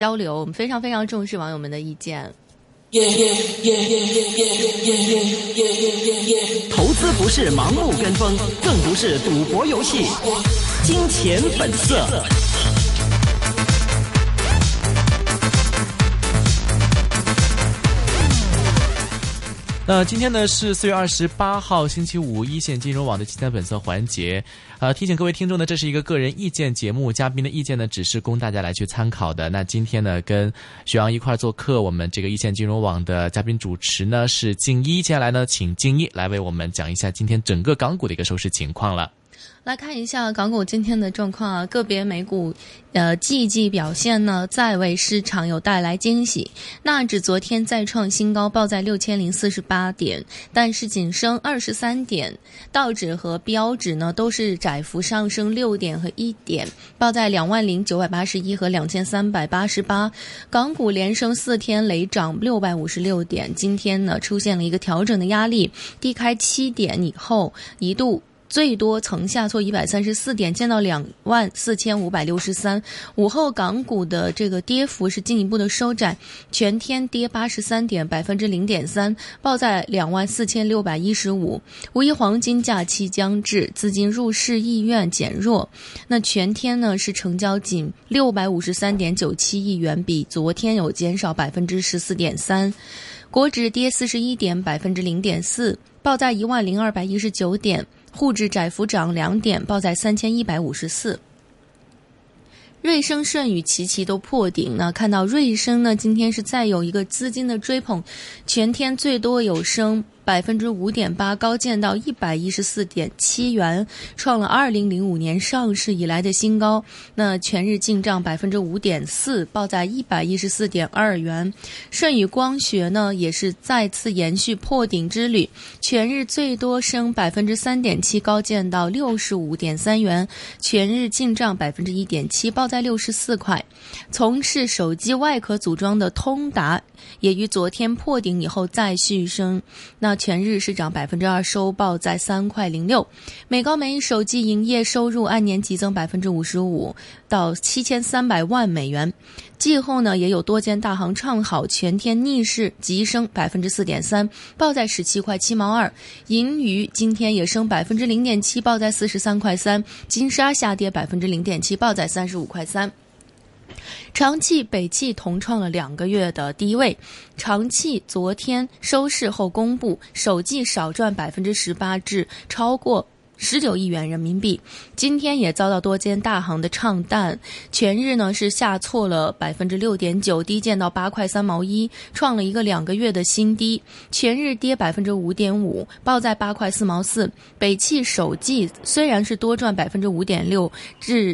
交流，我们非常非常重视网友们的意见。 投资不是盲目跟风，更不是赌博游戏，金钱本色。 那今天呢是4月28号星期五，一线金融网的金钱本色环节。提醒各位听众呢，这是一个个人意见节目，嘉宾的意见呢只是供大家来去参考的。那今天呢跟徐阳一块做客，我们这个一线金融网的嘉宾主持呢是静一，接下来呢请静一来为我们讲一下今天整个港股的一个收市情况了。 来看一下港股今天的状况啊，个别美股季表现呢再为市场有带来惊喜。纳指昨天再创新高，报在6048点，但是仅升23点。道指和标指呢都是窄幅上升6点和1点，报在20981和2388。港股连升4天，累涨656点。今天呢出现了一个调整的压力，低开7点以后一度最多曾下挫134点，见到24563。午后港股的这个跌幅是进一步的收窄，全天跌83点，0.3%，报在24615。五一黄金假期将至，资金入市意愿减弱。那全天呢是成交仅653.97亿元，比昨天有减少14.3%。国指跌41点，0.4%，报在10219点。沪指窄幅涨2点，报在3154。瑞声、舜宇齐齐都破顶呢。看到瑞声呢，今天是再有一个资金的追捧，全天最多有升5.8%，高见到114.7元，创了2005年上市以来的新高。那全日净涨5.4%，报在114.2元。舜宇光学呢，也是再次延续破顶之旅，全日最多升3.7%，高见到65.3元，全日净涨1.7%，报在64块。从事手机外壳组装的通达也于昨天破顶以后再续升，那全日是涨2%，收报在3.06块。美高梅手机营业收入按年急增55%，到7300万美元。季后呢，也有多间大行唱好，全天逆势急升4.3%，报在17.7块2。银娱今天也升0.7%，报在43.3块。金沙下跌0.7%，报在35.3块。长汽、北汽同创了2个月的低位。长汽昨天收市后公布，首季少赚18%，至超过19亿元人民币。今天也遭到多间大行的唱淡，全日呢是下挫了6.9%，低见到8.3块，创了一个2个月的新低。全日跌5.5%，报在8.4块。北汽首季虽然是多赚5.6%，至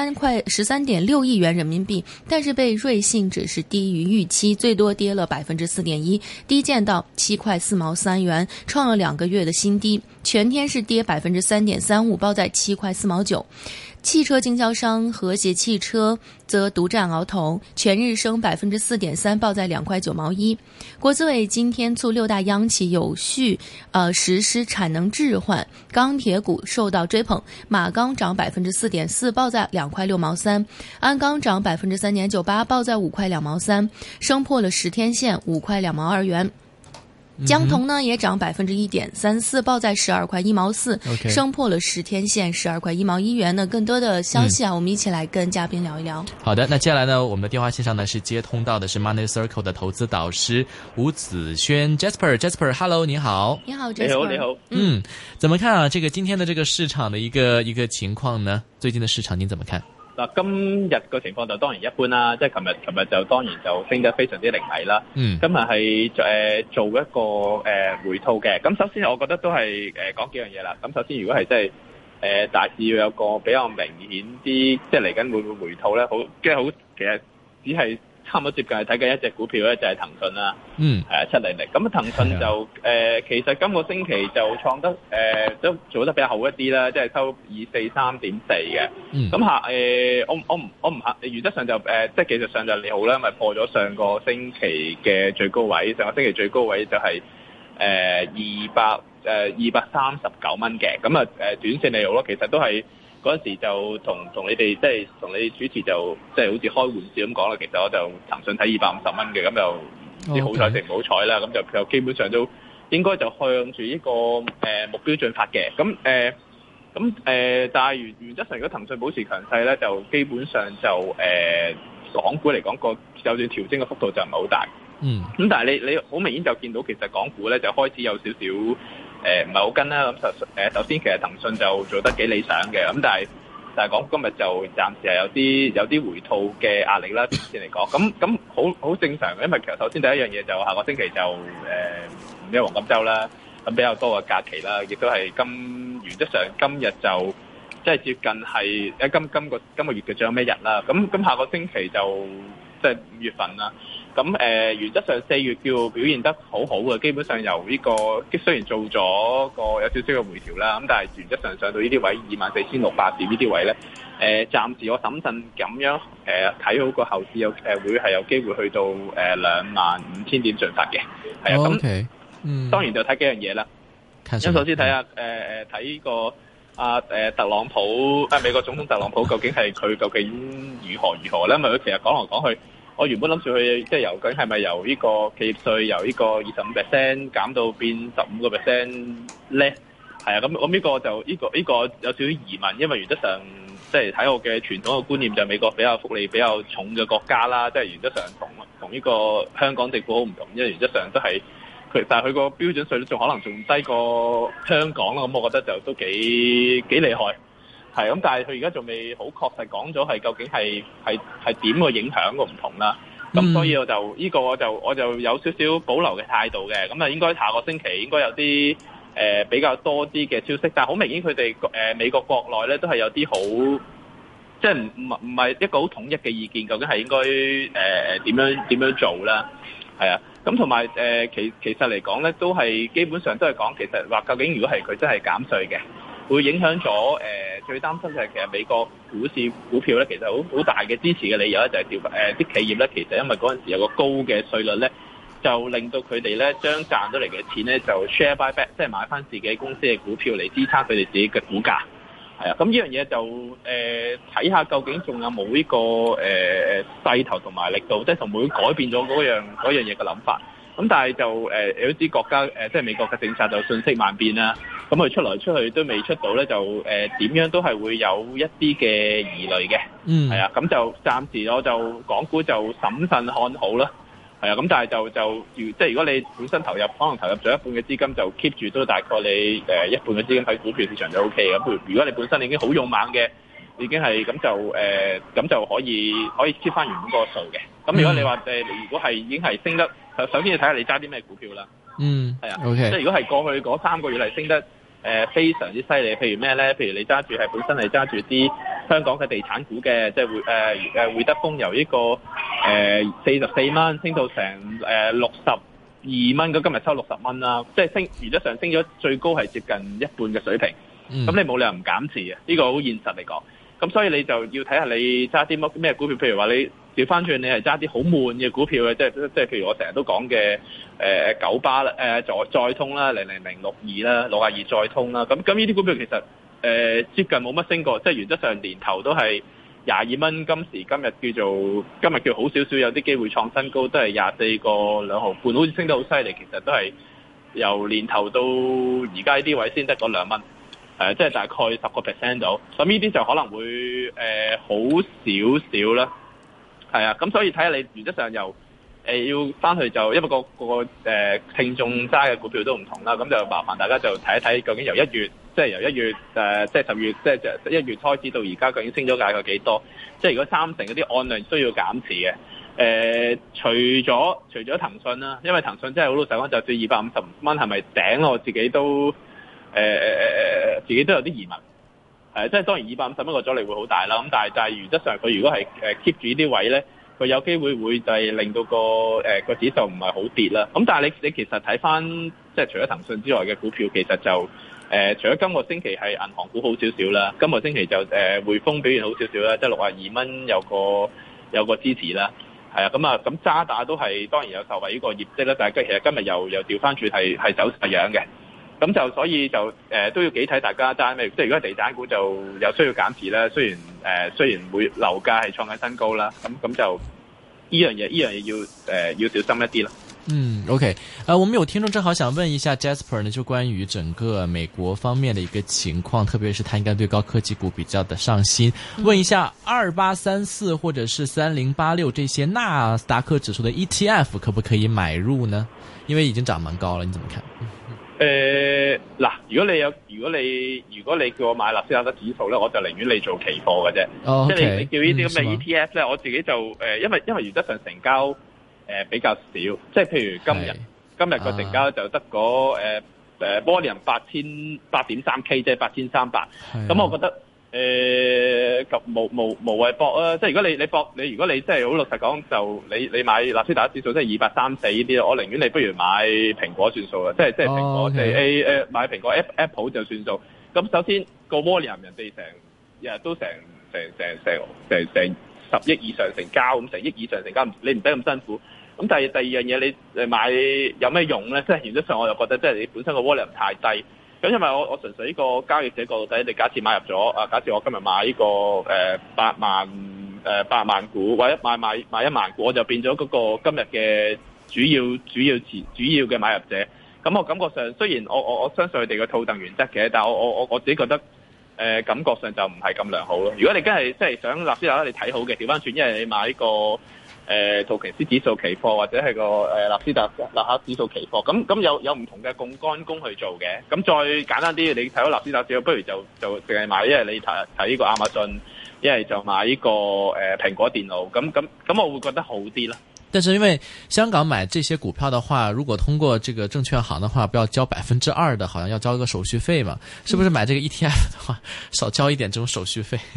13.6亿元人民币，但是被瑞信只是低于预期，最多跌了4.1%，低见到7.4块元，创了2个月的新低。全天是跌3.35%，报在7.4块。汽车经销商和谐汽车则独占鳌头，全日升4.3%，报在2.9块。国资委今天促6大央企有序实施产能置换，钢铁股受到追捧，马钢涨4.4%，报在2.6块。鞍钢涨3.98%，报在5.2块，升破了10天线5.2块。江铜呢也涨1.34%，报在12.1块，升破了10天线12.1块。呢更多的消息我们一起来跟嘉宾聊一聊。 好的，那接下来呢，我们的电话线上呢是接通到的是 Money Circle 的投资导师吴子轩 Jasper，Hello， 你好。 你好 Jasper。 你好。 怎么看啊？这个今天的这个市场的一个情况呢？最近的市场您怎么看？ 嗱，今日個情況就當然一般啦，即係琴日就當然就升得非常之凌厲啦。今日係做一個回吐嘅。咁首先我覺得都係講幾樣嘢啦。咁首先如果係即係大市要有個比較明顯啲，即係嚟緊會唔會回吐咧？其實只係差唔多接近睇緊一隻股票咧，就係騰訊啦。700。咁騰訊就其實今個星期就創得都做得比較好一啲啦，即係收243.4嘅。咁我唔原則上就即係技術上就利好啦，咪破咗上個星期嘅最高位，上個星期最高位就係239蚊嘅。咁短線利好咯，其實都係嗰陣時就同你哋即係同你主持就即係好似開玩笑咁講啦。其實我就騰訊睇250蚊嘅，咁就唔知好彩定唔好彩啦。咁就基本上都應該就向住呢個目標進發嘅。但係原則上，如果騰訊保持強勢咧，就基本上就港股嚟講個就算調整嘅幅度就唔係好大。咁但係你好明顯就見到其實港股咧就開始有少少唔係好跟啦。咁首先其實騰訊就做得幾理想嘅，咁但係港股今日就暫時係有啲回吐嘅壓力啦。先嚟講，咁好正常嘅，因為其實首先第一樣嘢就下個星期就五一黃金週啦，咁比較多嘅假期啦，亦都係原則上今日就即係接近係今個月嘅最後一日啦。咁下個星期就即係5月份啦。咁原則上4月叫表現得好好嘅，基本上由呢個雖然做咗個有少少嘅回調啦，咁但係原則上上到呢啲位24,600點呢啲位咧，暫時我審慎咁樣睇好個後市會係有機會去到25,000點進發嘅，係啊。咁當然就睇幾樣嘢啦。咁首先睇下睇呢個特朗普美國總統特朗普究竟究竟如何咧？因為佢其實講來講去，我原本諗住佢即係究竟係咪由呢個企業稅由呢個25%減到變15% 咧？係啊，咁呢個就呢個有少少疑問，因為原則上即係睇我嘅傳統嘅觀念，就美國比較福利比較重嘅國家啦，即係原則上同呢個香港政府好唔同，因為原則上都係但係佢個標準稅率仲可能仲低過香港啦，咁我覺得就都幾厲害，係咁。但係佢而家仲未好確實講咗係究竟係點個影響個唔同啦。咁所以我就有少少保留嘅態度嘅。咁啊，應該下個星期應該有啲比較多啲嘅消息，但係好明顯佢哋美國國內咧都係有啲好即係唔係一個好統一嘅意見，究竟係應該點樣做啦？係啊。咁同埋其實嚟講咧，都係基本上都係講其實話究竟如果係佢真係減稅嘅，會影響咗最擔心就係其實美國股票咧，其實好大嘅支持嘅理由咧，就係啲企業咧，其實因為嗰陣時有個高嘅稅率咧，就令到佢哋咧將賺到嚟嘅錢咧就 share buy back，即係買翻自己公司嘅股票嚟支撐佢哋自己嘅股價。係啊，咁呢樣嘢就睇下究竟仲有冇呢個勢頭同埋力度，即係同會改變咗嗰樣嘢嘅諗法。咁但係就有啲國家即係美國嘅政策就瞬息萬變啦。咁佢出來出去都未出到咧，就點樣都係會有一啲嘅疑慮嘅。係啊，咁就暫時我就港股就審慎看好啦。係啊，咁但係即係如果你本身可能投入咗一半嘅資金，就 keep 住都大概你一半嘅資金喺股票市場就 OK 嘅。咁如果你本身已經好勇猛嘅，已經係咁就可以 keep 翻原本嗰個數嘅。咁如果你話如果係已經係升得，首先要睇下你揸啲咩股票啦。係啊，OK。即係如果係過去嗰3個月嚟升得非常之犀利，譬如咩咧？譬如你揸住係本身係揸住啲香港嘅地產股嘅，即係會德豐由呢個44蚊升到成62蚊，咁今日收60蚊啦，即係原則上升咗最高係接近一半嘅水平。咁你冇理由唔減持嘅，呢個好現實嚟講。咁所以你就要睇下你揸啲咩股票，譬如話你調翻轉，你係揸啲好悶嘅股票嘅，即係譬如我成日都講嘅九巴啦，載通啦，00062啦，62載通啦，咁呢啲股票其實接近冇乜升過，即係原則上年頭都係22蚊，今日叫好少少，有啲機會創新高，都係24個2毫半，好似升得好犀利，其實都係由年頭到而家呢啲位先得嗰2蚊。即係大概10% 到，咁呢啲就可能會好少少啦，係啊，咁所以睇下你原則上又要翻去就因為個聽眾揸嘅股票都唔同啦，咁就麻煩大家就睇一睇究竟由1月即係由1月即係10月即係1月開始到而家究竟升咗大概幾多？即係如果3成嗰啲按量需要減持嘅，除咗騰訊啦，因為騰訊真係好老實講，就算250蚊係咪頂，我自己都有啲疑問，即係當然250蚊個阻力會好大啦。咁但係原則上佢如果係keep 住呢啲位咧，佢有機會就係令到個指數唔係好跌啦。咁但係你其實睇翻即係除咗騰訊之外嘅股票，其實就除咗今個星期係銀行股好少少啦，今個星期就匯豐表現好少少啦，即係62蚊有個支持啦。係啊，咁渣打都係當然有受惠呢個業績啦，但係其實今日又調翻轉係走勢樣嘅。 咁就所以就都要幾睇大家揸咩，即係如果係地產股就有需要減持啦。雖然會樓價係創緊新高啦，咁就呢樣嘢要小心一啲啦。 OK， 我們有聽眾正好想問一下 Jasper 呢，就關於整個美國方面的一個情況，特別是他應該對高科技股比較的上心。問一下2834或者是3086這些納斯達克指數的 ETF 可不可以買入呢？因為已經漲蠻高了，你怎麼看？ 嗱，如果你叫我買納斯達克指數咧，我就寧願你做期貨嘅啫。即係你叫呢啲咁嘅 ETF 咧，我自己就因為原則上成交比較少，即係譬如今日個成交就得嗰volume 8.3K， 即係8300。咁我覺得無謂搏啊！即係如果如果你真係好老實講，就你買納斯達克指數即係234呢啲，我寧願你不如買蘋果算數啊！即係蘋果，買蘋果 Apple 就算數。咁首先個 volume 人哋日日都成10億以上成交，咁成億以上成交，你唔使咁辛苦。咁第二樣嘢你買有咩用咧？即係原則上我又覺得即係你本身個 volume 太低。咁因為我純粹呢個交易者角度睇，你假設買入咗假設我今日買呢個8萬股，或者買1萬股，我就變咗嗰個今日嘅主要嘅買入者。咁我感覺上雖然我相信佢哋嘅套戥原則嘅，但係我自己覺得感覺上就唔係咁良好咯。如果你真係即係想納斯達克你睇好嘅，調翻轉，因為你買呢個道瓊斯指數期貨或者係個納斯達克指數期貨，咁有唔同嘅槓桿工去做嘅。咁再簡單啲，你睇到納斯達克指數，不如就淨係買，一係你睇呢個亞馬遜，一係就買呢個蘋果電腦。咁我會覺得好啲啦。 但是因為香港買這些股票的話，如果通過這個證券行的話，不要交2%的，好像要交一個手續費嘛？是不是買這個 ETF 的話，少交一點這種手續費？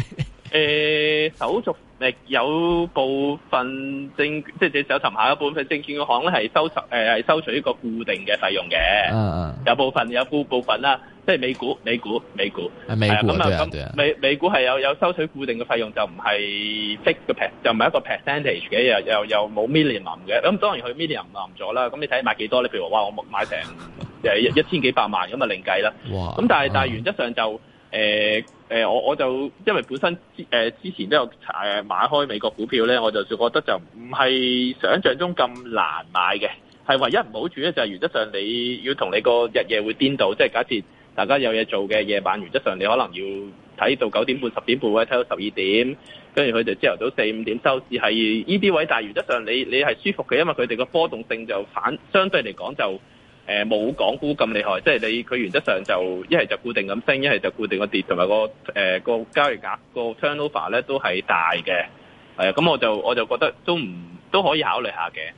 手續有部分即係你搜尋下一部分證券行咧係收取一個固定嘅費用嘅。有部分啦，即係美股咁美股係有收取固定嘅費用，就唔係 fix 嘅就唔係一個 percentage 嘅，又冇 minimum 嘅。咁當然佢 minimum 咗啦。咁你睇買幾多？你譬如話我買成1000幾百萬咁啊，另計啦。咁但係原則上就我就因為本身之前都有買開美國股票咧，我就覺得就唔係想像中咁難買嘅。係唯一唔好處咧，就係原則上你要同你個日夜會顛倒，即係假設大家有嘢做嘅夜晚，原則上你可能要睇到9點半、10點半或者睇到12點，跟住佢就朝頭早4、5點收市係呢啲位，但係原則上你係舒服嘅，因為佢哋個波動性就相對嚟講就冇港股咁厲害，即係佢原則上就一係就固定咁升，一係就固定個跌，同埋個交易額個 turnover 咧都係大嘅，咁我就覺得都可以考慮下嘅。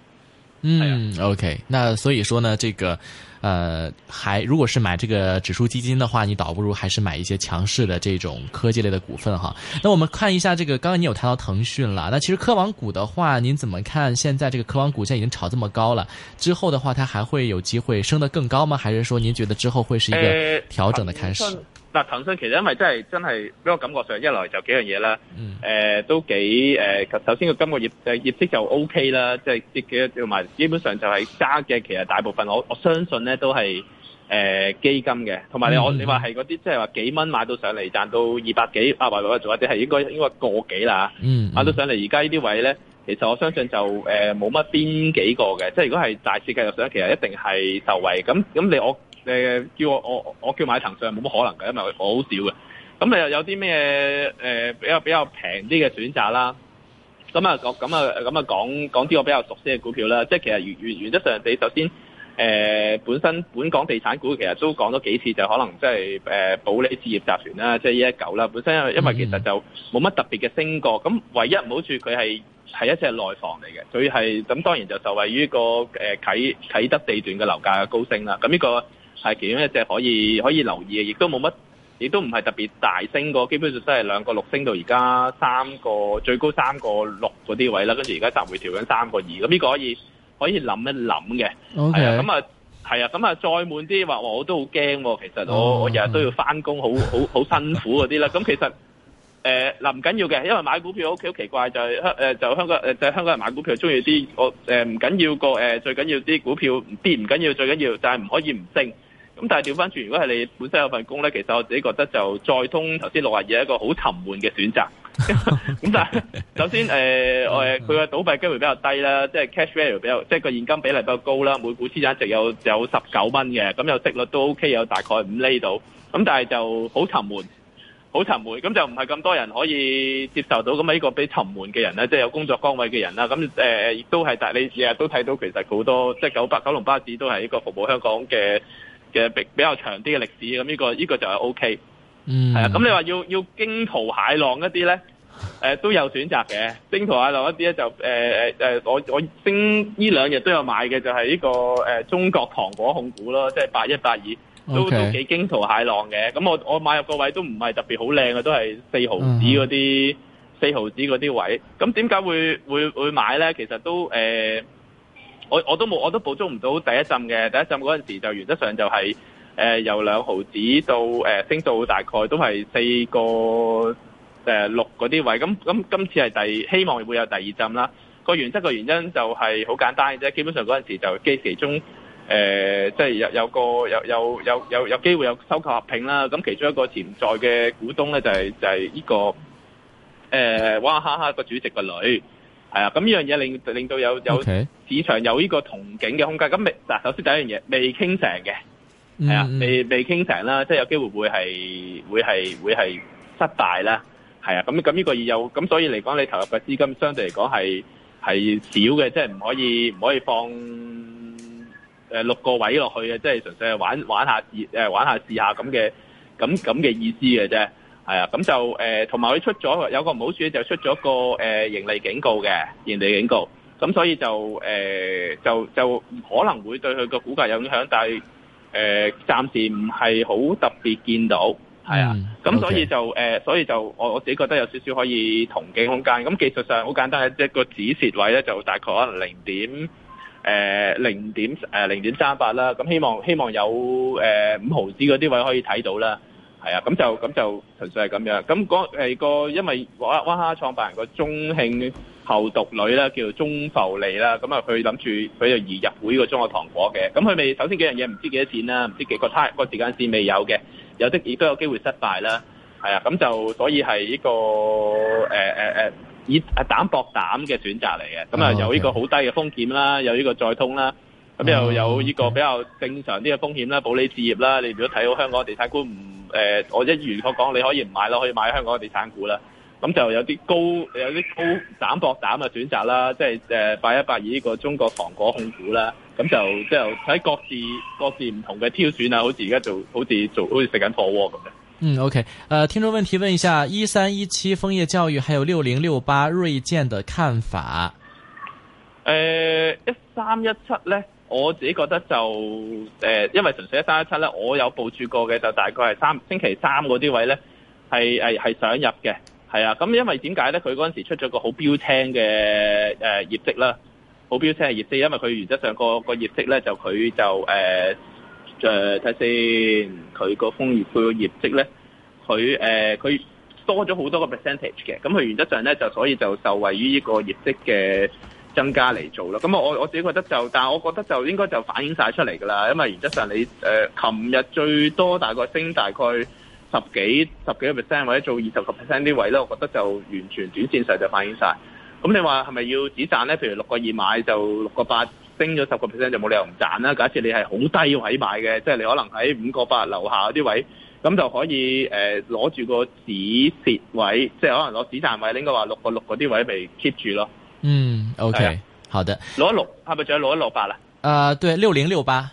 OK， 那所以說呢，這個如果是買這個指數基金的話，你倒不如還是買一些強勢的這種科技類的股份哈。那我們看一下這個，剛剛你有談到騰訊了，那其實科網股的話，您怎麼看？現在這個科網股現在已經炒這麼高了，之後的話，它還會有機會升得更高嗎？還是說您覺得之後會是一個調整的開始？ 騰訊其實因為真係俾我感覺上一來就幾樣嘢啦，都幾首先佢今個業績就 OK 啦，即係跌嘅，同埋基本上就係揸嘅，其實大部分我相信咧都係基金嘅，同埋你話係嗰啲即係話幾蚊買到上嚟賺到200幾或者係應該過幾啦，買到上嚟而家呢啲位咧，其實我相信就冇乜邊幾個嘅，即係如果係大市繼續上，其實一定係受惠。咁你叫我叫買騰訊冇乜可能嘅，因為我好少嘅。咁你又有啲咩比較平啲嘅選擇啦？咁講啲我比較熟悉嘅股票啦。即係其實原則上你首先本身本港地產股其實都講咗幾次，就可能即係保利置業集團啦，即係119啦。本身因為其實就冇乜特別嘅升過，咁唯一唔好處佢係一隻內房嚟嘅，所以係咁當然就受惠於個啟德地段嘅樓價嘅高升啦。咁呢個係其中一隻可以留意嘅，亦都唔係特別大升過，基本上都係2個6升到而家最高3個6嗰啲位啦，跟住而家暫回調緊3個2，咁呢個可以諗一諗嘅。係啊，咁啊再悶啲話我都好驚喎，其實我日日都要翻工，好辛苦嗰啲啦。咁其實唔緊要嘅，因為買股票屋企好奇怪，就係香港人買股票中意啲唔緊要最緊要啲股票唔跌唔緊要，最緊要就係唔可以唔升。 咁但係調翻轉，如果係你本身有份工咧，其實我自己覺得就載通頭先62係一個好沉悶嘅選擇。咁但係首先佢嘅倒閉機會比較低啦，即係 cash value 比較，即係個現金比例比較高啦，每股資產值有19蚊嘅，咁有息率都 OK， 有大概5厘度。咁但係就好沉悶，咁就唔係咁多人可以接受到咁呢個比沉悶嘅人咧，即係有工作崗位嘅人啦。咁亦都係，但係你日日都睇到其實好多即係九龍巴士都係一個服務香港嘅比較長啲嘅歷史。咁呢個就係 OK。係啊，咁你話要驚濤駭浪一啲咧，都有選擇嘅。驚濤駭浪一啲咧就我升呢2日都有買嘅，就係呢個中國糖果控股咯，即係8182。都幾驚濤駭浪嘅。咁我買入個位都唔係特別好靚嘅，都係4毫子嗰啲4毫子嗰啲位。咁點解會買咧？其實都我都捕捉唔到第一陣嘅。第一陣嗰陣時就原則上就係由2毫子到升到大概都係4個6嗰啲位。咁今次係希望會有第二陣啦。個原因就係好簡單嘅啫。基本上嗰陣時就其中即係有機會有收購合併啦。咁其中一個潛在嘅股東咧就係呢個娃哈哈個主席個女，係啊。咁呢樣嘢令到有市場有呢個憧憬嘅空間。咁嗱，首先第一樣嘢未傾成嘅，係啊，未傾成啦，即係有機會會係失敗啦，係啊。咁呢個有咁，所以嚟講你投入嘅資金相對嚟講係少嘅，即係唔可以放6個位落去嘅，即係純粹係玩下試下咁嘅意思嘅啫，係啊。咁就同埋佢出咗有個唔好處，就出咗個盈利警告嘅盈利警告，咁所以就可能會對佢個股價有影響，但係暫時唔係好特別見到，係啊。咁所以就我自己覺得有少少可以同徑空間。咁技術上好簡單嘅，一個止蝕位咧就大概可能0.38啦。咁希望有5毫子嗰啲位可以睇到啦，係啊。咁就純粹係咁樣。咁因為娃哈哈創辦人個中慶後獨女啦，叫做中浮利啦。咁啊，佢諗住佢就移入會個中國糖果嘅。咁佢未首先幾樣嘢唔知幾多錢啦，唔知幾個時間線未有嘅，亦都有機會失敗啦，係啊。咁就所以係呢個以膽搏膽嘅選擇嚟嘅。咁啊，有呢個好低嘅風險啦，有呢個載通啦，咁又有呢個比較正常啲嘅風險啦，保利置業啦。你如果睇好香港地產股，我一如所講，你可以唔買咯，可以買香港嘅地產股啦。咁就有啲高膽搏膽嘅選擇啦，即係8182呢個中國糖果控股啦。咁就即係睇各自唔同嘅挑選啊，好似而家好似食緊火鍋咁嘅。 OK， 聽眾問題問一下1317楓葉教育，還有6068瑞建的看法。 1317咧，我自己覺得就因為純粹1317咧，我有部署過嘅，就大概係星期三嗰啲位咧係想入嘅，係啊。咁因為點解咧？佢嗰陣時出咗個好標青嘅業績啦，好標青嘅業績，因為佢原則上個業績咧就佢就睇先，佢個楓葉佢個業績咧，佢多咗好多個 percentage 嘅。咁佢原則上咧就所以就受惠於呢個業績嘅增加嚟做啦。咁我自己覺得但係我覺得就應該就反映晒出嚟㗎啦。因為原則上你琴日最多大概升大概10幾個 percent 或者做20個 percent 啲位咧，我覺得就完全短線上就反映晒。咁你話係咪要止賺咧？譬如6個2買就6個8升咗10個 percent 就冇理由唔賺啦。假設你係好低位買嘅，即係你可能喺5個8樓下嗰啲位，咁就可以攞住個止蝕位，即係可能攞止賺位，應該話6個6嗰啲位咪 keep 住咯。 OK， 好的。 616係咪仲有6168啦？ 對，6068。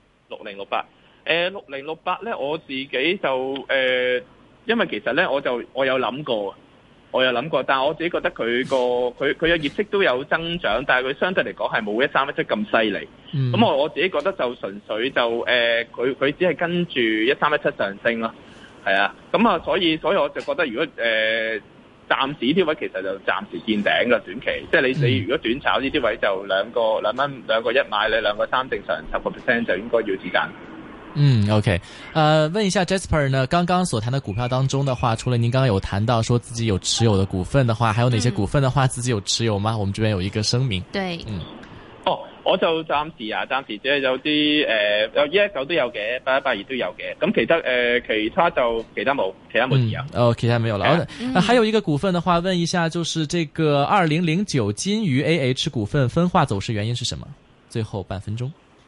6068。6068咧，我自己就因為其實咧，我有諗過，但係我自己覺得佢嘅業績都有增長，但係佢相對嚟講係冇1317咁犀利。咁我自己覺得就純粹就佢只係跟住1317上升咯，係啊。咁啊，所以我就覺得如果暫時呢啲位其實就暫時見頂嘅短期，即係你如果短炒呢啲位就2個1買，你2個3正常10個 percent 就應該要止賺。 OK， 問一下 Jasper 呢，剛剛所談的股票當中的話，除了您剛剛有談到說自己有持有的股份的話，還有哪些股份的話自己有持有嗎？我們這邊有一個聲明。 對， 我就暫時只係有啲有119都有嘅，8182都有嘅。咁其他冇持有。 其他沒有了。還有一個股份的話，問一下，就是這個2009金魚 AH 股份分化走勢原因是什麼？最後半分鐘。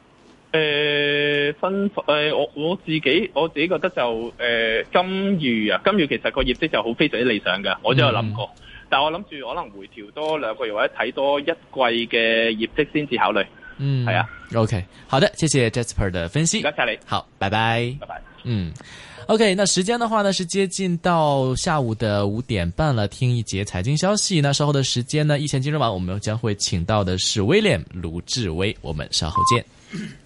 我自己覺得就金魚其實個業績就好非常之理想嘅，我都有諗過。但我諗住可能回調多2個月或者睇多1季嘅業績先至考慮。係啊。 OK， 好的，謝謝 Jasper 的分析。 唔該晒你。 好，拜拜。 拜拜。 OK， 那時間的話呢是接近到下午的5點半了，聽一節財經消息。那稍後的時間呢，一線金融網我們將會請到的是威廉盧志威，我們稍後見。